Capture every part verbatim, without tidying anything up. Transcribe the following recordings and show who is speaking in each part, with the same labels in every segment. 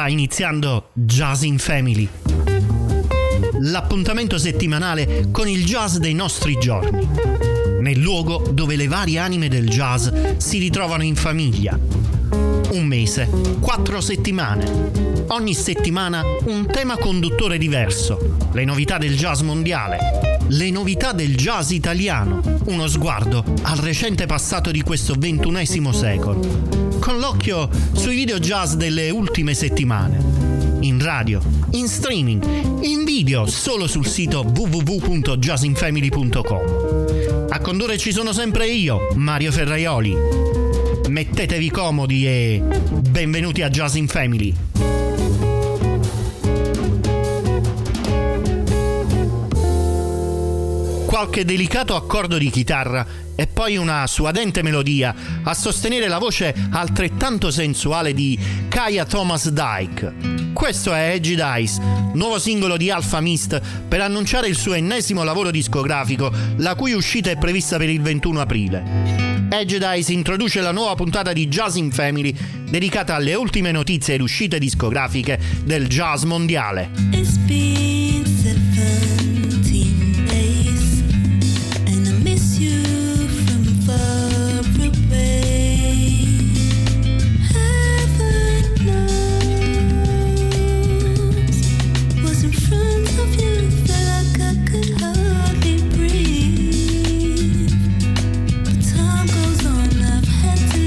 Speaker 1: Sta iniziando Jazz in Family, l'appuntamento settimanale con il jazz dei nostri giorni, nel luogo dove le varie anime del jazz si ritrovano in famiglia. Un mese, quattro settimane. Ogni settimana un tema conduttore diverso. Le novità del jazz mondiale, le novità del jazz italiano, uno sguardo al recente passato di questo ventunesimo secolo, con l'occhio sui video jazz delle ultime settimane, in radio, in streaming, in video solo sul sito w w w punto jazz in family punto com. A condurre ci sono sempre io, Mario Ferraioli. Mettetevi comodi e benvenuti a Jazz in Family. Qualche delicato accordo di chitarra e poi una suadente melodia a sostenere la voce altrettanto sensuale di Kaya Thomas Dyke. Questo è Edgy Dice, nuovo singolo di Alpha Mist per annunciare il suo ennesimo lavoro discografico, la cui uscita è prevista per il ventuno aprile. Edgy Dice introduce la nuova puntata di Jazz in Family dedicata alle ultime notizie ed uscite discografiche del jazz mondiale.
Speaker 2: It's been seventeen days and I miss you from far away. Heaven knows, was in front of you, felt like I could hardly breathe. But time goes on, I've had to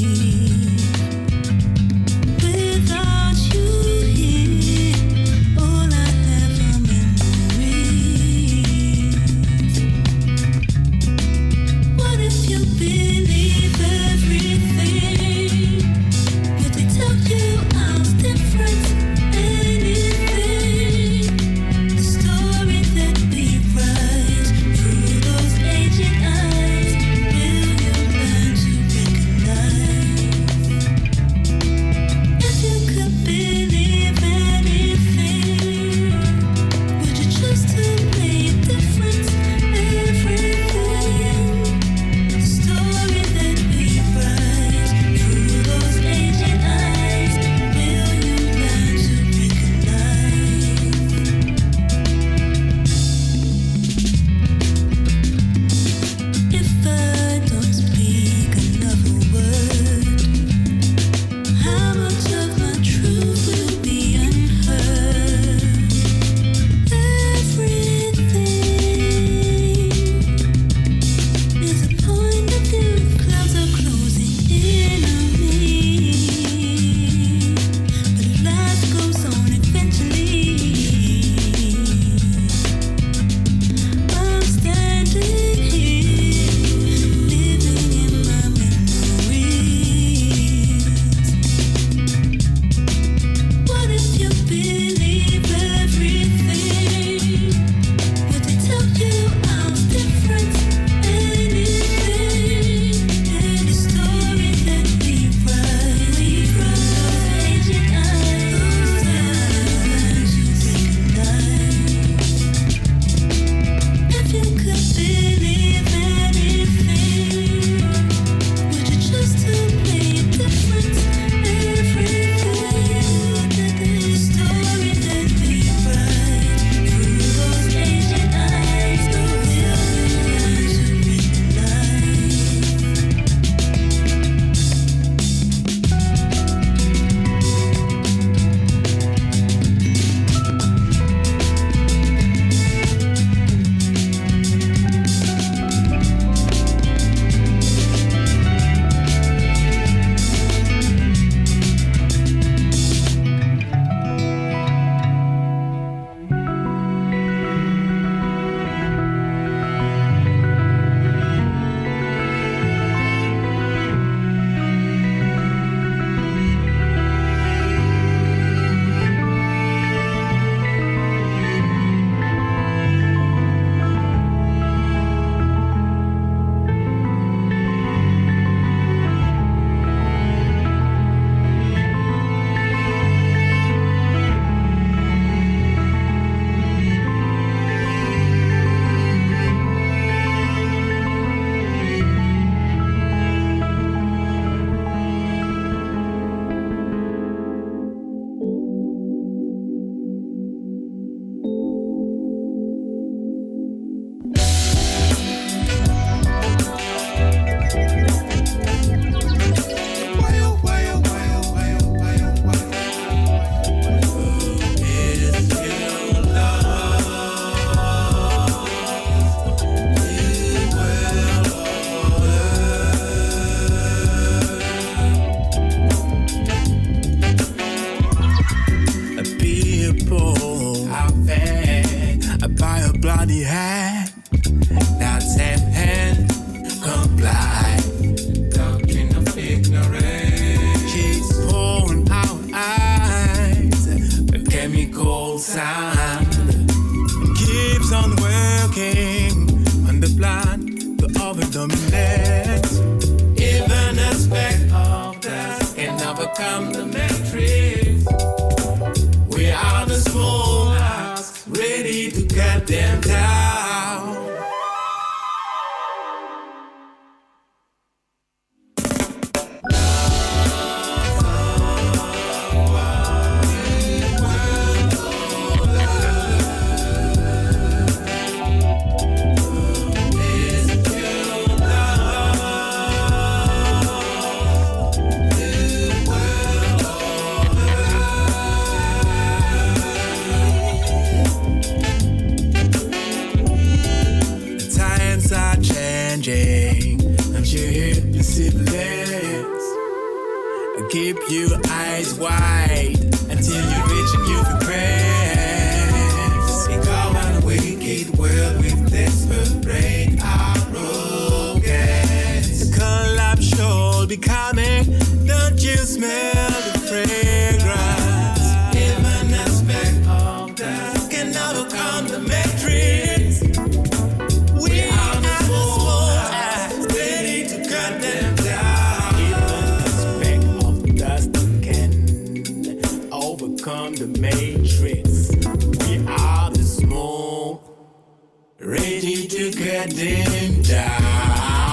Speaker 2: leave. Without you here, oh
Speaker 3: regrets. Even a speck of dust can overcome the matrix. We are the small hearts, ready to cut them down. Keep your eyes wide until you reach a new progress. We go on a wicked world with desperate arrogance. The collapse should be coming. Don't you smell the fragrance? Even a speck of dust can overcome the matrix. We are the small eyes, ready to cut them down. Overcome the matrix. We are the small, ready to cut them down.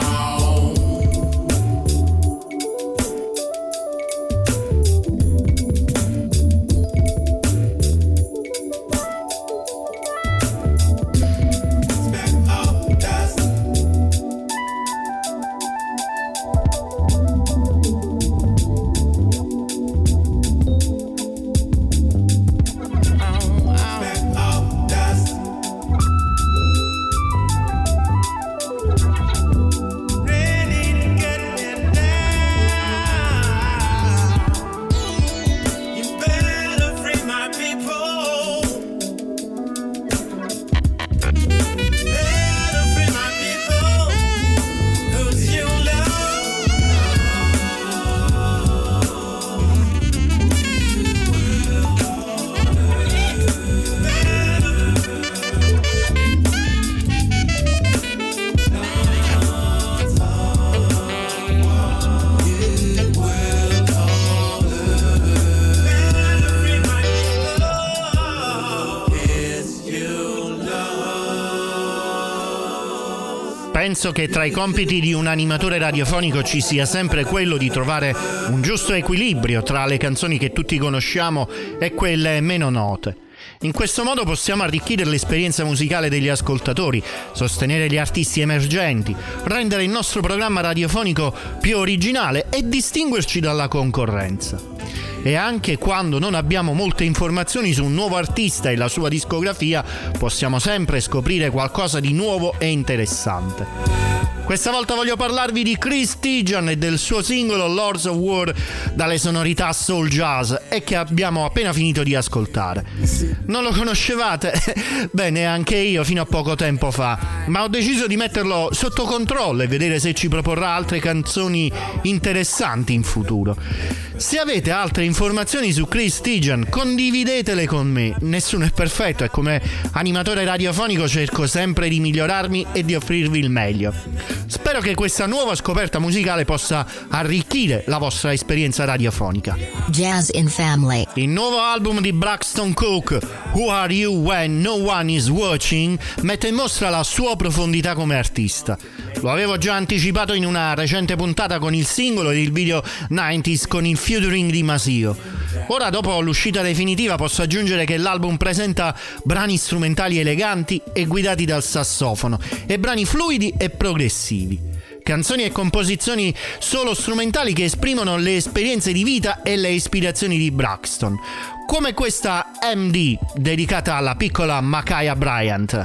Speaker 1: Penso che tra i compiti di un animatore radiofonico ci sia sempre quello di trovare un giusto equilibrio tra le canzoni che tutti conosciamo e quelle meno note. In questo modo possiamo arricchire l'esperienza musicale degli ascoltatori, sostenere gli artisti emergenti, rendere il nostro programma radiofonico più originale e distinguerci dalla concorrenza. E anche quando non abbiamo molte informazioni su un nuovo artista e la sua discografia, possiamo sempre scoprire qualcosa di nuovo e interessante. Questa volta voglio parlarvi di Chris Stejan e del suo singolo Lords of War dalle sonorità soul jazz e che abbiamo appena finito di ascoltare. Non lo conoscevate? Beh, neanche io fino a poco tempo fa, ma ho deciso di metterlo sotto controllo e vedere se ci proporrà altre canzoni interessanti in futuro. Se avete altre informazioni su Chris Stejan, condividetele con me. Nessuno è perfetto e come animatore radiofonico cerco sempre di migliorarmi e di offrirvi il meglio. Spero che questa nuova scoperta musicale possa arricchire la vostra esperienza radiofonica.
Speaker 4: Jazz in Family.
Speaker 1: Il nuovo album di Braxton Cook, Who Are You When No One Is Watching, mette in mostra la sua profondità come artista. Lo avevo già anticipato in una recente puntata con il singolo ed il video novanta con il featuring di Masio. Ora, dopo l'uscita definitiva, posso aggiungere che l'album presenta brani strumentali eleganti e guidati dal sassofono e brani fluidi e progressivi. Canzoni e composizioni solo strumentali che esprimono le esperienze di vita e le ispirazioni di Braxton, come questa M D dedicata alla piccola Makaya Bryant.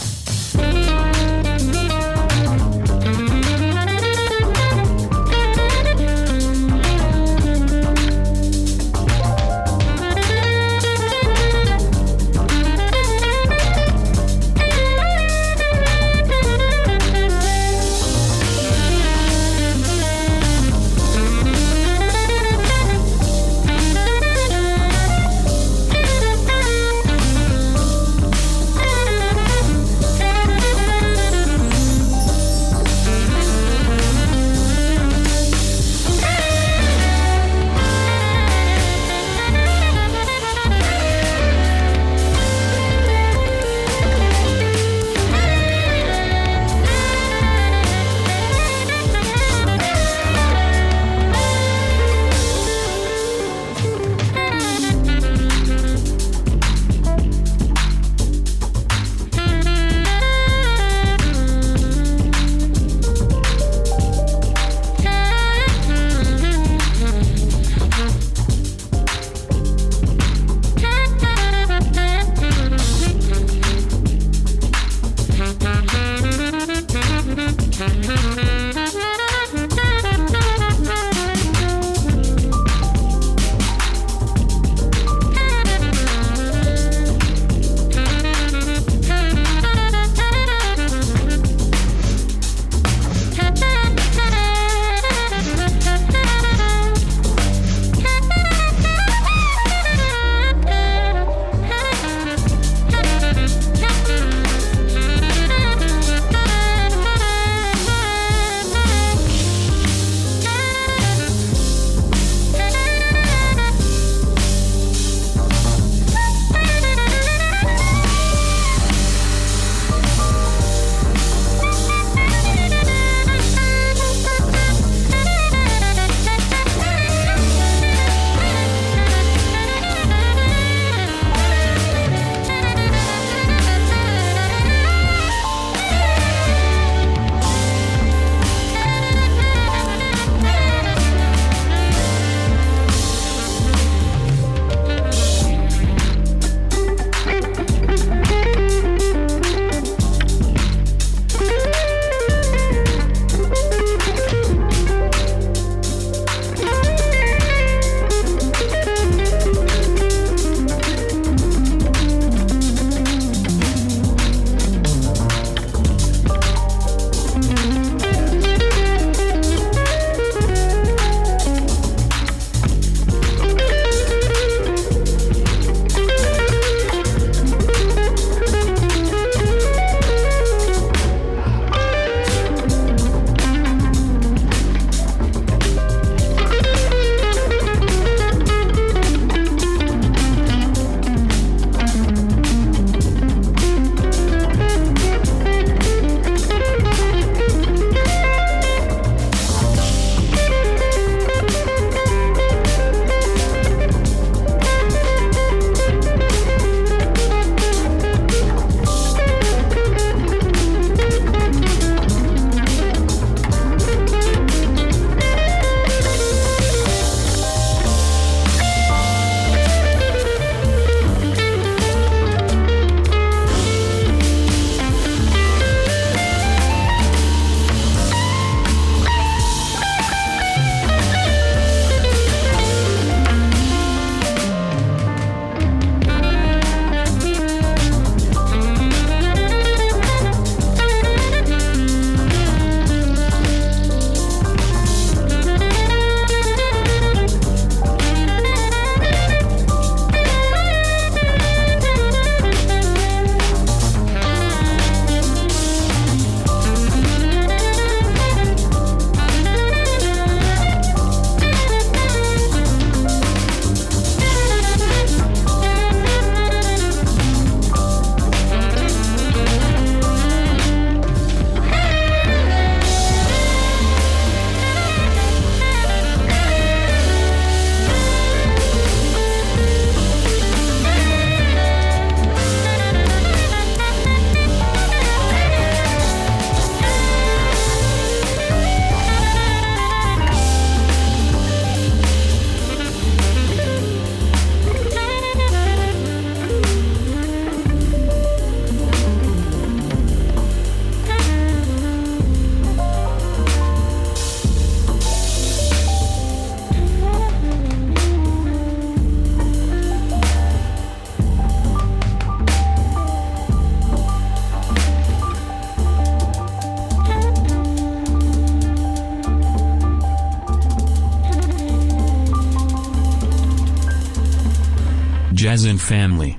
Speaker 2: Thank
Speaker 5: Jazz and Family.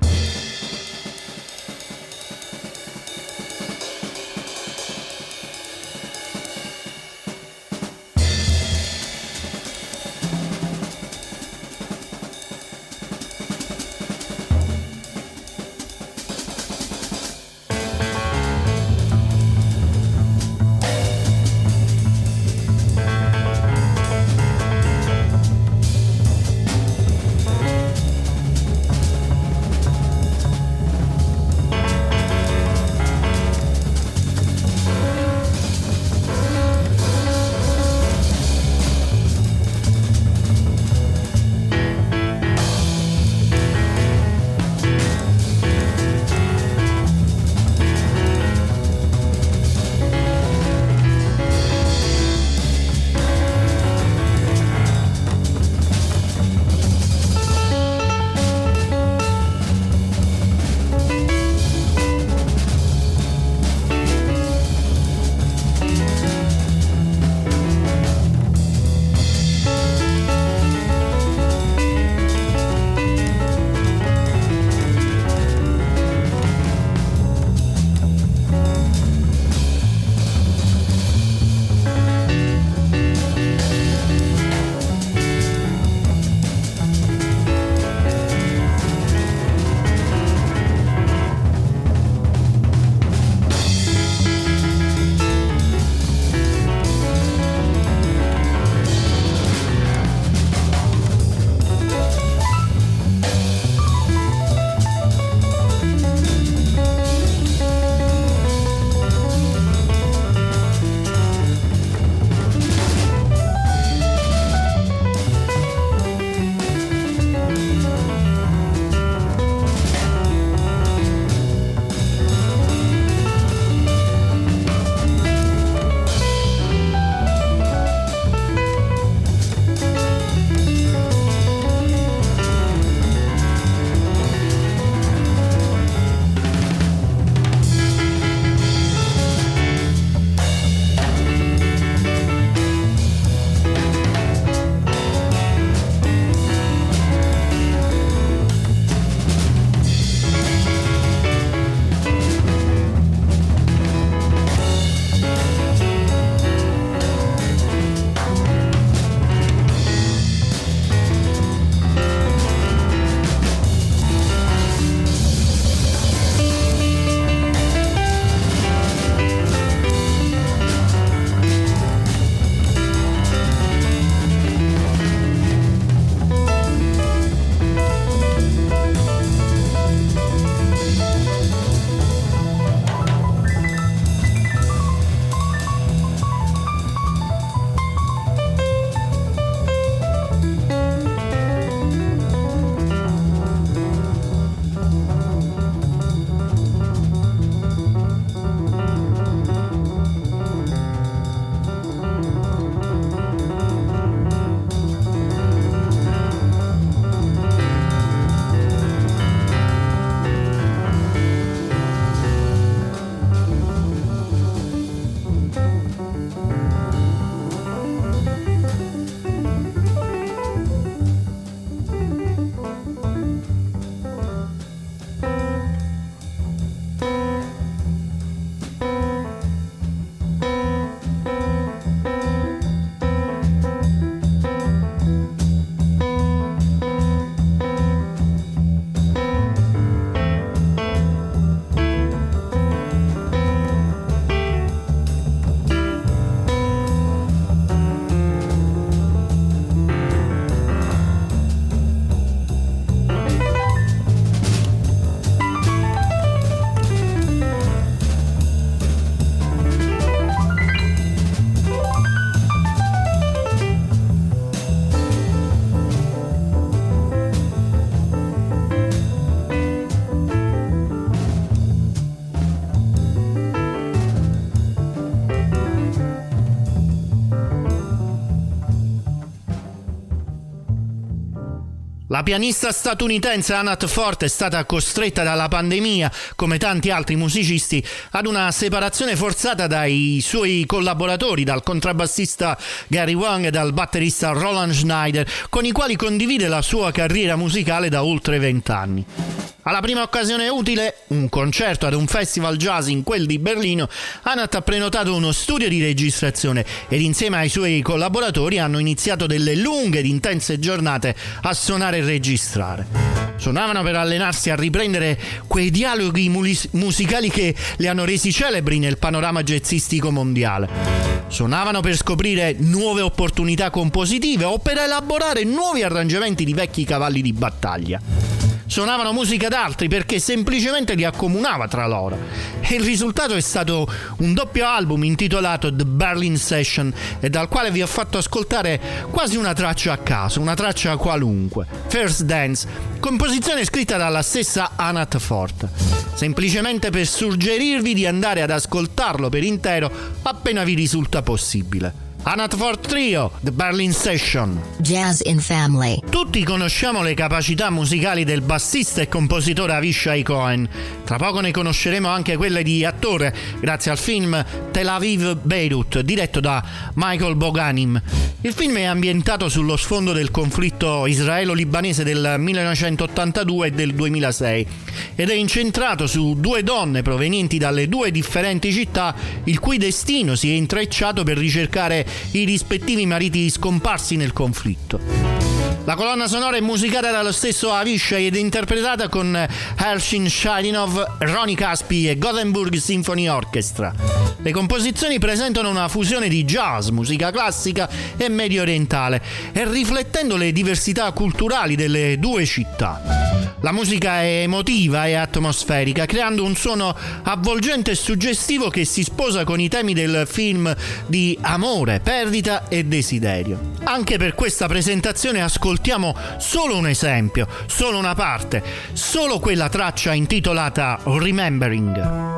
Speaker 1: La pianista statunitense Anat Fort è stata costretta dalla pandemia, come tanti altri musicisti, ad una separazione forzata dai suoi collaboratori, dal contrabbassista Gary Wang e dal batterista Roland Schneider, con i quali condivide la sua carriera musicale da oltre vent'anni. Alla prima occasione utile, un concerto ad un festival jazz in quel di Berlino, Anat ha prenotato uno studio di registrazione ed insieme ai suoi collaboratori hanno iniziato delle lunghe ed intense giornate a suonare e registrare. Suonavano per allenarsi a riprendere quei dialoghi mulis- musicali che li hanno resi celebri nel panorama jazzistico mondiale. Suonavano per scoprire nuove opportunità compositive o per elaborare nuovi arrangiamenti di vecchi cavalli di battaglia. Suonavano musica d'altri perché semplicemente li accomunava tra loro, e il risultato è stato un doppio album intitolato The Berlin Session, e dal quale vi ho fatto ascoltare quasi una traccia a caso, una traccia qualunque, First Dance, composizione scritta dalla stessa Anat Fort, semplicemente per suggerirvi di andare ad ascoltarlo per intero appena vi risulta possibile. Anat Fort Trio, The Berlin Session.
Speaker 4: Jazz in Family.
Speaker 1: Tutti conosciamo le capacità musicali del bassista e compositore Avishai Cohen. Tra poco ne conosceremo anche quelle di attore, grazie al film Tel Aviv Beirut, diretto da Michael Boganim. Il film è ambientato sullo sfondo del conflitto israelo-libanese del millenovecentottantadue e del duemilasei ed è incentrato su due donne provenienti dalle due differenti città, il cui destino si è intrecciato per ricercare i rispettivi mariti scomparsi nel conflitto. La colonna sonora è musicata dallo stesso Avishai ed è interpretata con Hershin Shadinov, Ronnie Caspi e Gothenburg Symphony Orchestra. Le composizioni presentano una fusione di jazz, musica classica e medio orientale, e riflettendo le diversità culturali delle due città. La musica è emotiva e atmosferica, creando un suono avvolgente e suggestivo che si sposa con i temi del film di amore, perdita e desiderio. Anche per questa presentazione ascoltiamo solo un esempio, solo una parte, solo quella traccia intitolata Remembering.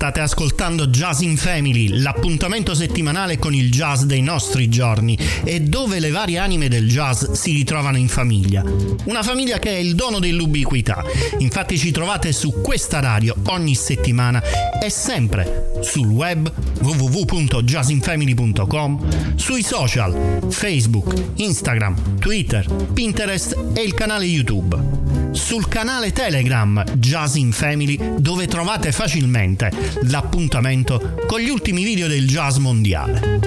Speaker 1: State ascoltando Jazz in Family, l'appuntamento settimanale con il jazz dei nostri giorni e dove le varie anime del jazz si ritrovano in famiglia. Una famiglia che è il dono dell'ubiquità. Infatti ci trovate su questa radio ogni settimana e sempre sul web w w w punto jazz in family punto com, sui social Facebook, Instagram, Twitter, Pinterest e il canale YouTube. Sul canale Telegram Jazz in Family, dove trovate facilmente l'appuntamento con gli ultimi video del jazz mondiale.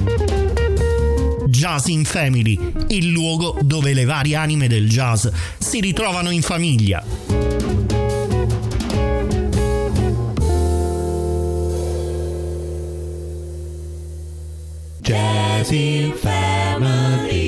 Speaker 1: Jazz in Family, il luogo dove le varie anime del jazz si ritrovano in famiglia.
Speaker 3: Jazz in Family.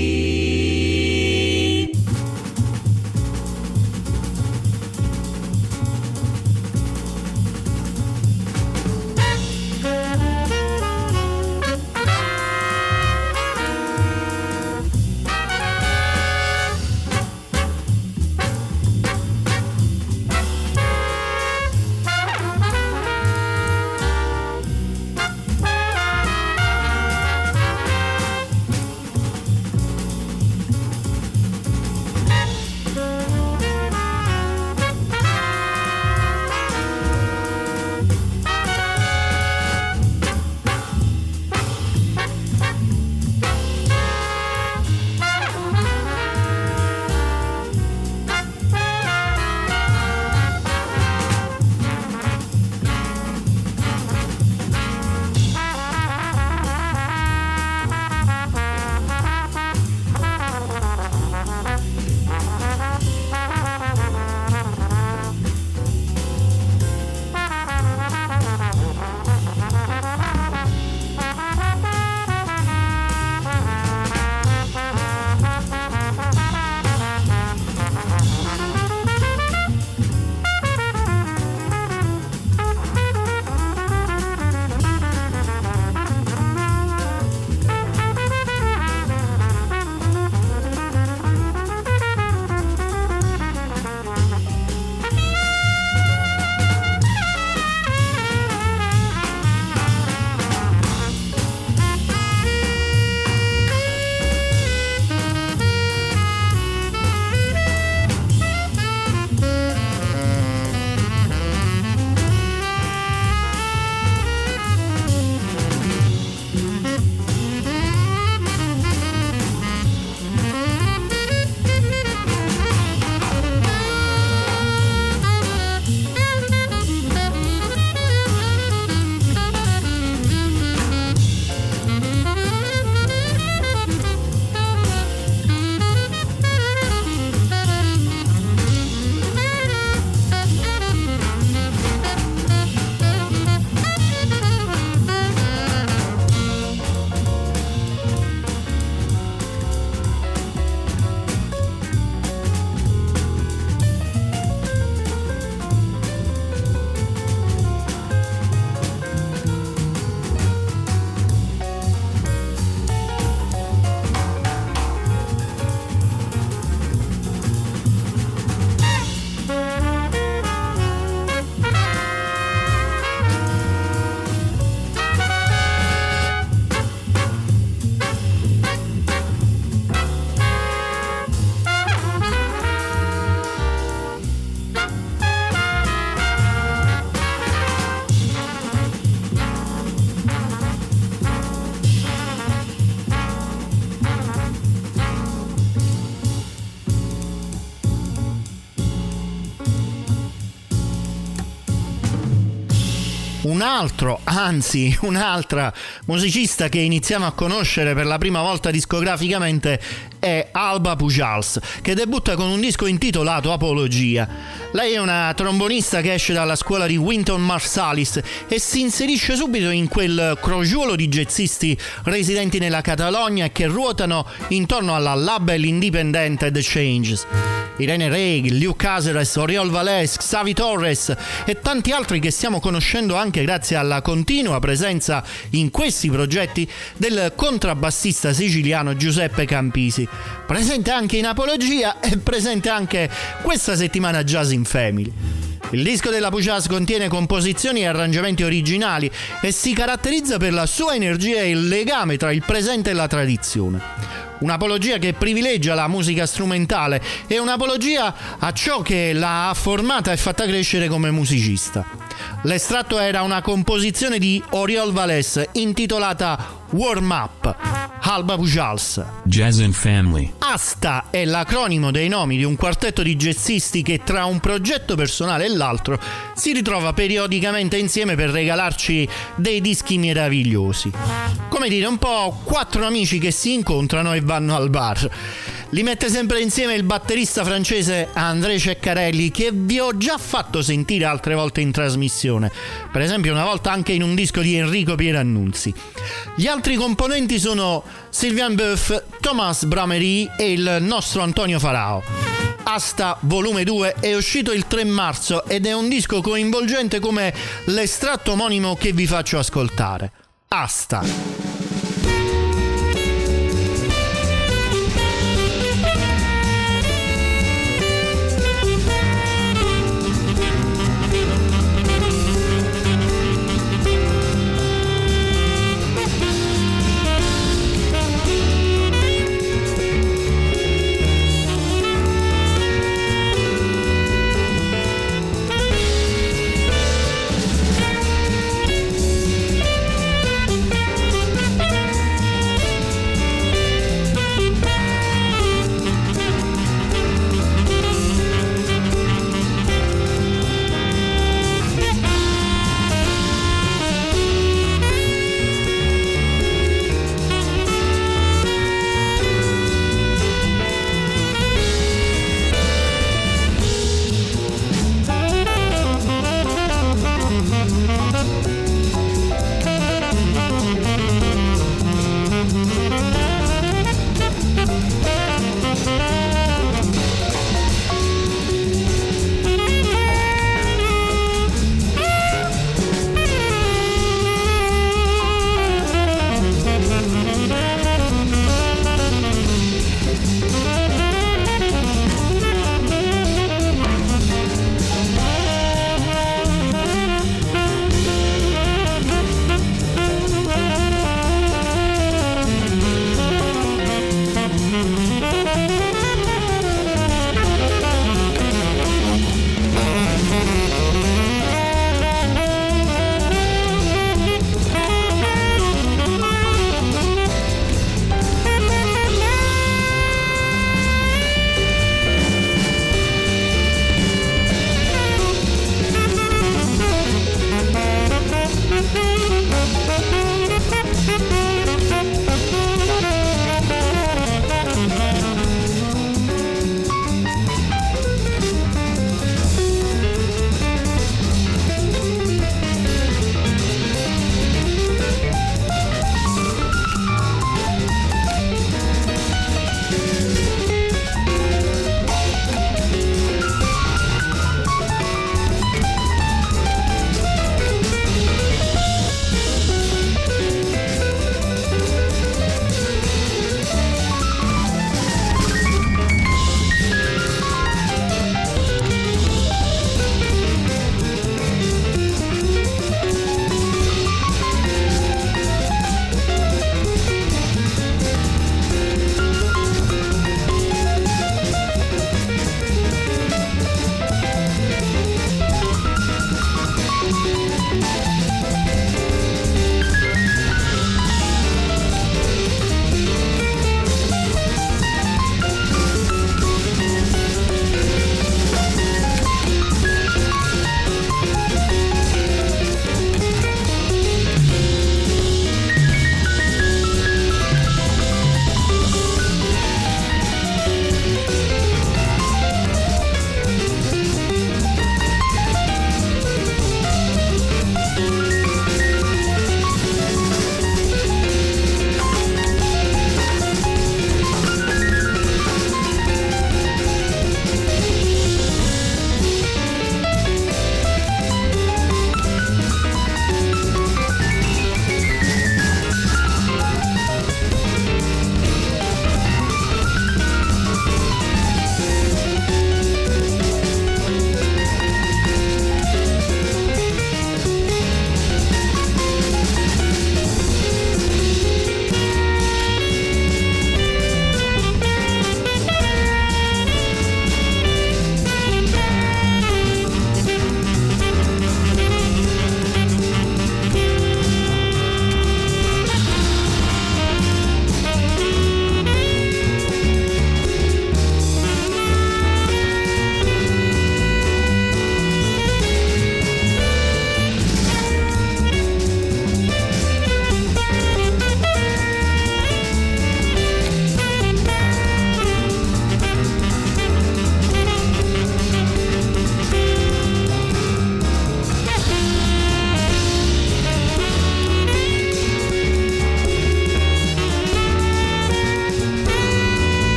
Speaker 1: Un altro, anzi un'altra musicista che iniziamo a conoscere per la prima volta discograficamente è Alba Pujals, che debutta con un disco intitolato Apologia. Lei è una trombonista che esce dalla scuola di Wynton Marsalis e si inserisce subito in quel crogiuolo di jazzisti residenti nella Catalogna e che ruotano intorno alla label indipendente The Changes. Irene Rey, Liu Caceres, Oriol Valès, Xavi Torres e tanti altri che stiamo conoscendo anche grazie alla continua presenza in questi progetti del contrabbassista siciliano Giuseppe Campisi, presente anche in Apologia e presente anche questa settimana Jazz in Family. Il disco della Pujadas contiene composizioni e arrangiamenti originali e si caratterizza per la sua energia e il legame tra il presente e la tradizione. Un'apologia che privilegia la musica strumentale e un'apologia a ciò che l'ha formata e fatta crescere come musicista. L'estratto era una composizione di Oriol Valès intitolata Warm Up, Alba Pujadas.
Speaker 5: Jazz and Family.
Speaker 1: Asta è l'acronimo dei nomi di un quartetto di jazzisti che tra un progetto personale e l'altro si ritrova periodicamente insieme per regalarci dei dischi meravigliosi. Come dire, un po' quattro amici che si incontrano e vanno al bar. Li mette sempre insieme il batterista francese André Ceccarelli, che vi ho già fatto sentire altre volte in trasmissione, per esempio una volta anche in un disco di Enrico Pierannunzi. Gli altri componenti sono Sylvain Boeuf, Thomas Bramery e il nostro Antonio Farao. Asta volume due è uscito il tre marzo ed è un disco coinvolgente come l'estratto omonimo che vi faccio ascoltare. Asta.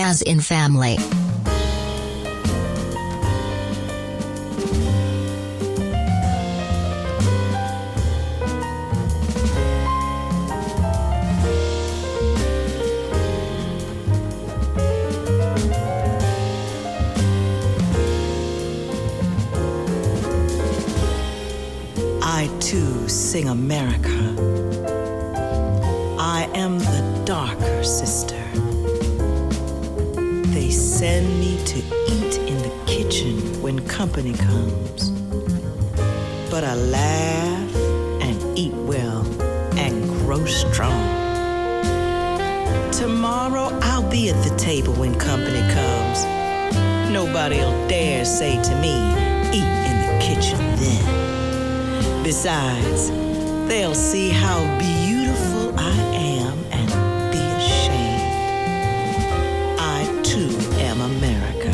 Speaker 4: Jazz in Family.
Speaker 5: I too sing America. I am the darker sister. They send me to eat in the kitchen when company comes. But I laugh and eat well and grow strong. Tomorrow I'll be at the table when company comes. Nobody'll dare say to me, eat in the kitchen then. Besides, they'll see how beautiful I am and be ashamed. I too am America.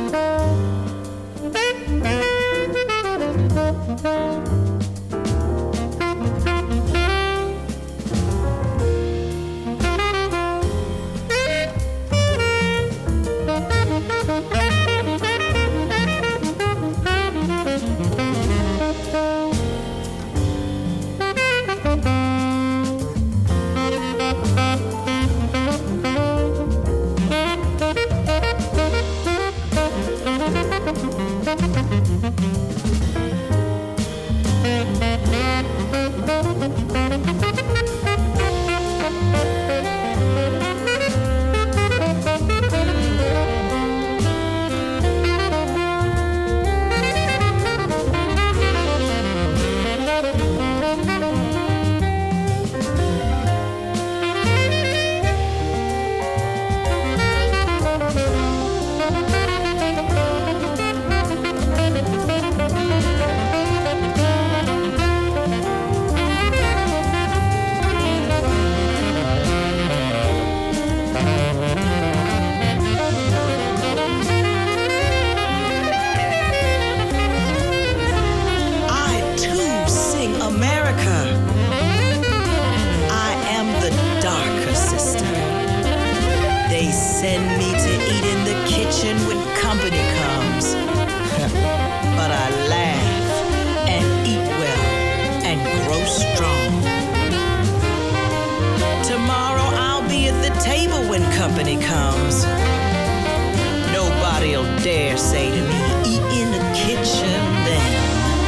Speaker 5: Company comes. Nobody'll dare say to me, eat in the kitchen then.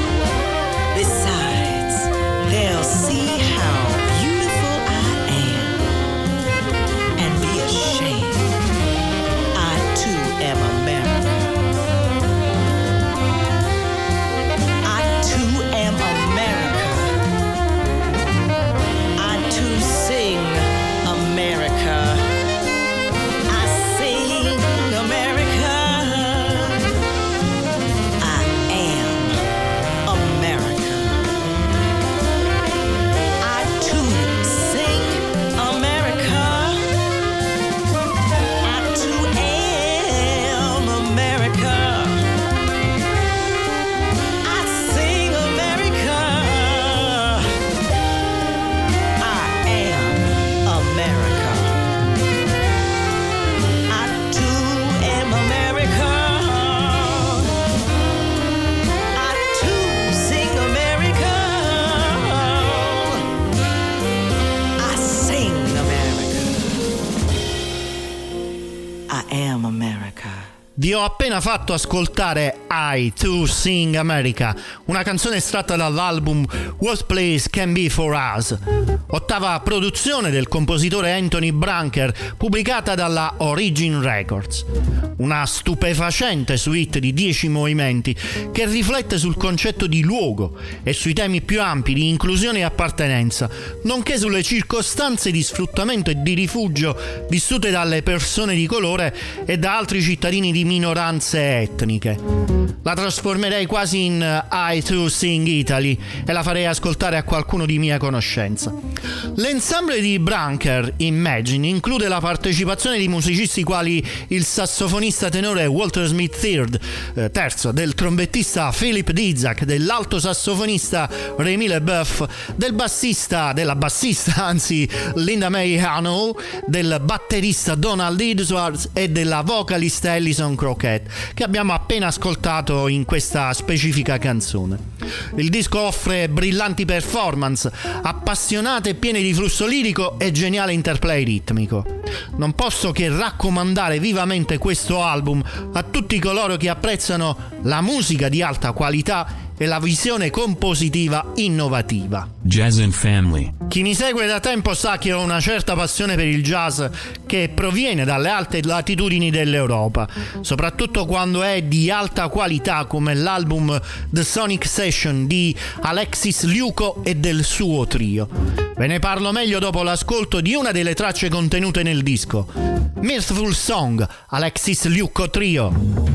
Speaker 5: Besides, they'll see how beautiful I am and be ashamed. I too am America. I too am America. I too sing America.
Speaker 1: Vi ho appena fatto ascoltare I Too Sing America, una canzone estratta dall'album What Place Can Be For Us, ottava produzione del compositore Anthony Brancher, pubblicata dalla Origin Records. Una stupefacente suite di dieci movimenti che riflette sul concetto di luogo e sui temi più ampi di inclusione e appartenenza, nonché sulle circostanze di sfruttamento e di rifugio vissute dalle persone di colore e da altri cittadini di minoranze etniche. La trasformerei quasi in I Too Sing Italy e la farei ascoltare a qualcuno di mia conoscenza. L'ensemble di Branker, Imagine, include la partecipazione di musicisti quali il sassofonista tenore Walter Smith terzo, eh, terzo del trombettista Philip Dizak, dell'alto sassofonista Remy LeBeouf, del bassista, della bassista anzi Linda May Hanow, del batterista Donald Edwards e della vocalista Alison Crockett, che abbiamo appena ascoltato in questa specifica canzone. Il disco offre brillanti performance, appassionate e piene di flusso lirico e geniale interplay ritmico. Non posso che raccomandare vivamente questo album a tutti coloro che apprezzano la musica di alta qualità e la visione compositiva innovativa.
Speaker 6: Jazz and Family.
Speaker 1: Chi mi segue da tempo sa che ho una certa passione per il jazz che proviene dalle alte latitudini dell'Europa, soprattutto quando è di alta qualità come l'album The Sonic Session di Alexis Liuco e del suo trio. Ve ne parlo meglio dopo l'ascolto di una delle tracce contenute nel disco. Mirthful Song, Alexis Liuco Trio.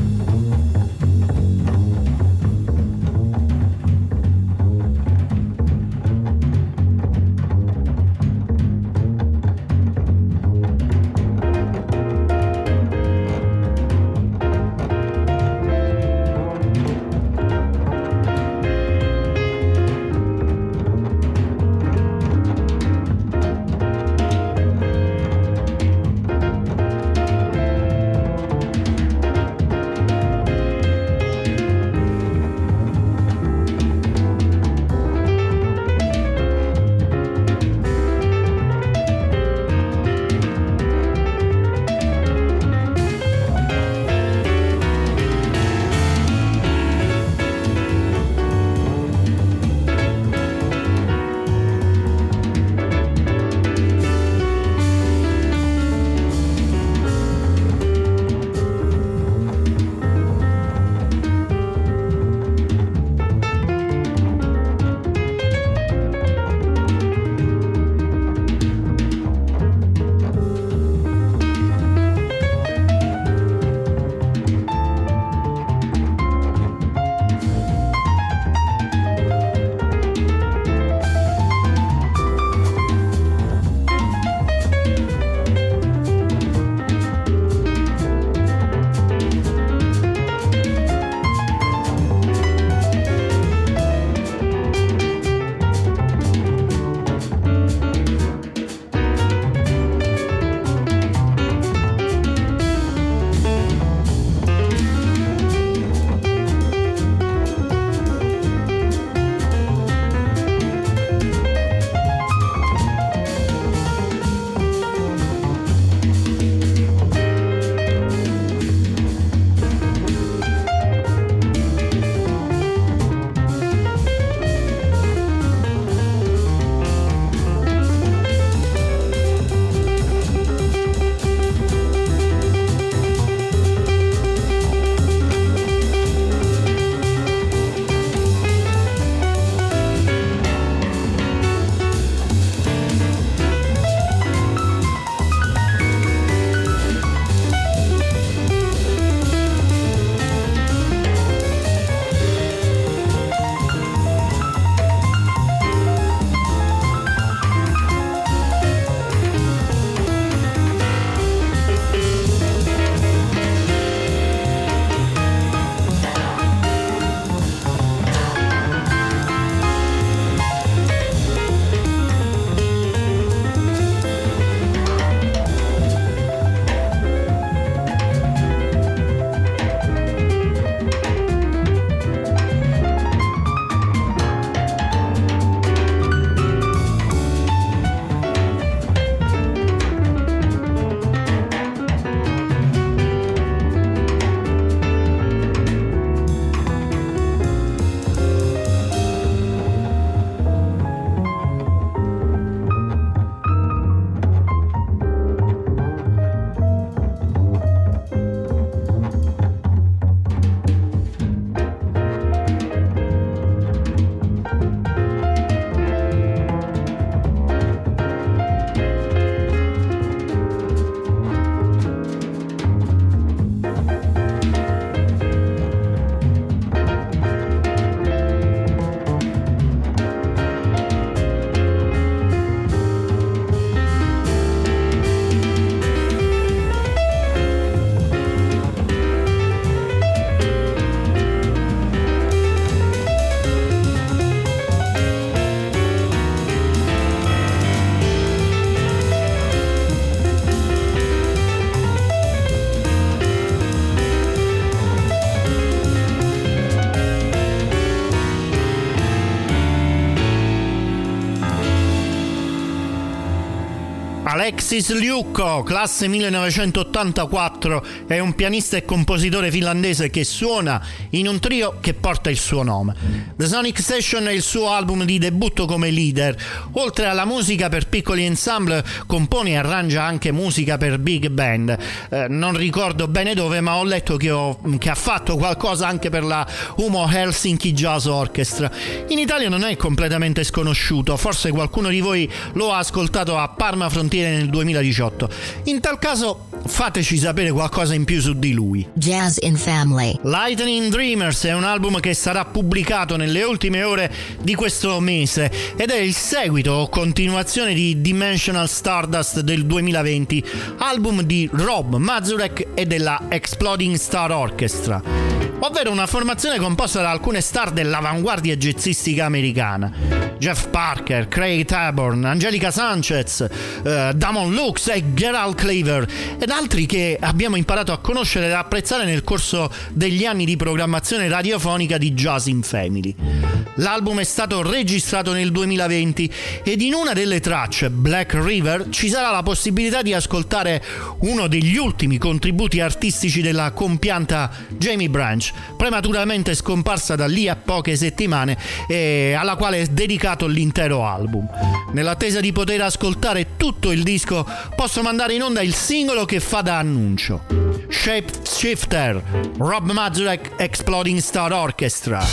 Speaker 1: Alexis Liukko, classe millenovecentottantaquattro, è un pianista e compositore finlandese che suona in un trio che porta il suo nome. The Sonic Session è il suo album di debutto come leader. Oltre alla musica per piccoli ensemble, compone e arrangia anche musica per big band. Eh, non ricordo bene dove, ma ho letto che, ho, che ha fatto qualcosa anche per la Umo Helsinki Jazz Orchestra. In Italia non è completamente sconosciuto, forse qualcuno di voi lo ha ascoltato a Parma Frontiere nel duemiladiciotto. In tal caso fateci sapere qualcosa in più su di lui.
Speaker 4: Jazz in Family.
Speaker 1: Lightning Dreamers è un album che sarà pubblicato nelle ultime ore di questo mese ed è il seguito o continuazione di Dimensional Stardust del duemilaventi, album di Rob Mazurek e della Exploding Star Orchestra, ovvero una formazione composta da alcune star dell'avanguardia jazzistica americana: Jeff Parker, Craig Taborn, Angelica Sanchez, uh, Damon Lux e Gerald Cleaver, ed altri che abbiamo imparato a conoscere ed apprezzare nel corso degli anni di programmazione radiofonica di Jazz in Family. L'album è stato registrato nel duemilaventi ed in una delle tracce, Black River, ci sarà la possibilità di ascoltare uno degli ultimi contributi artistici della compianta Jamie Branch, prematuramente scomparsa da lì a poche settimane e alla quale è dedicato l'intero album. Nell'attesa di poter ascoltare tutto il disco, posso mandare in onda il singolo che fa da annuncio: Shapeshifter, Rob Mazurek Exploding Star Orchestra.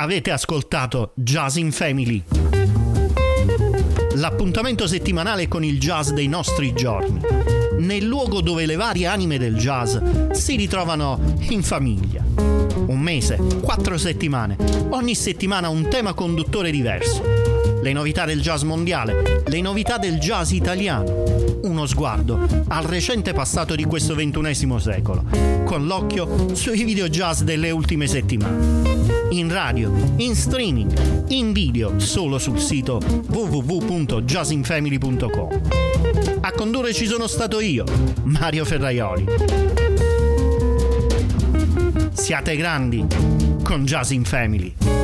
Speaker 1: Avete ascoltato Jazz in Family, l'appuntamento settimanale con il jazz dei nostri giorni, nel luogo dove le varie anime del jazz si ritrovano in famiglia. Un mese, quattro settimane, ogni settimana un tema conduttore diverso. Le novità del jazz mondiale, le novità del jazz italiano, uno sguardo al recente passato di questo ventunesimo secolo, con l'occhio sui video jazz delle ultime settimane. In radio, in streaming, in video, solo sul sito w w w punto jazz in family punto com. A condurre ci sono stato io, Mario Ferraioli. Siate grandi con Jazz in Family.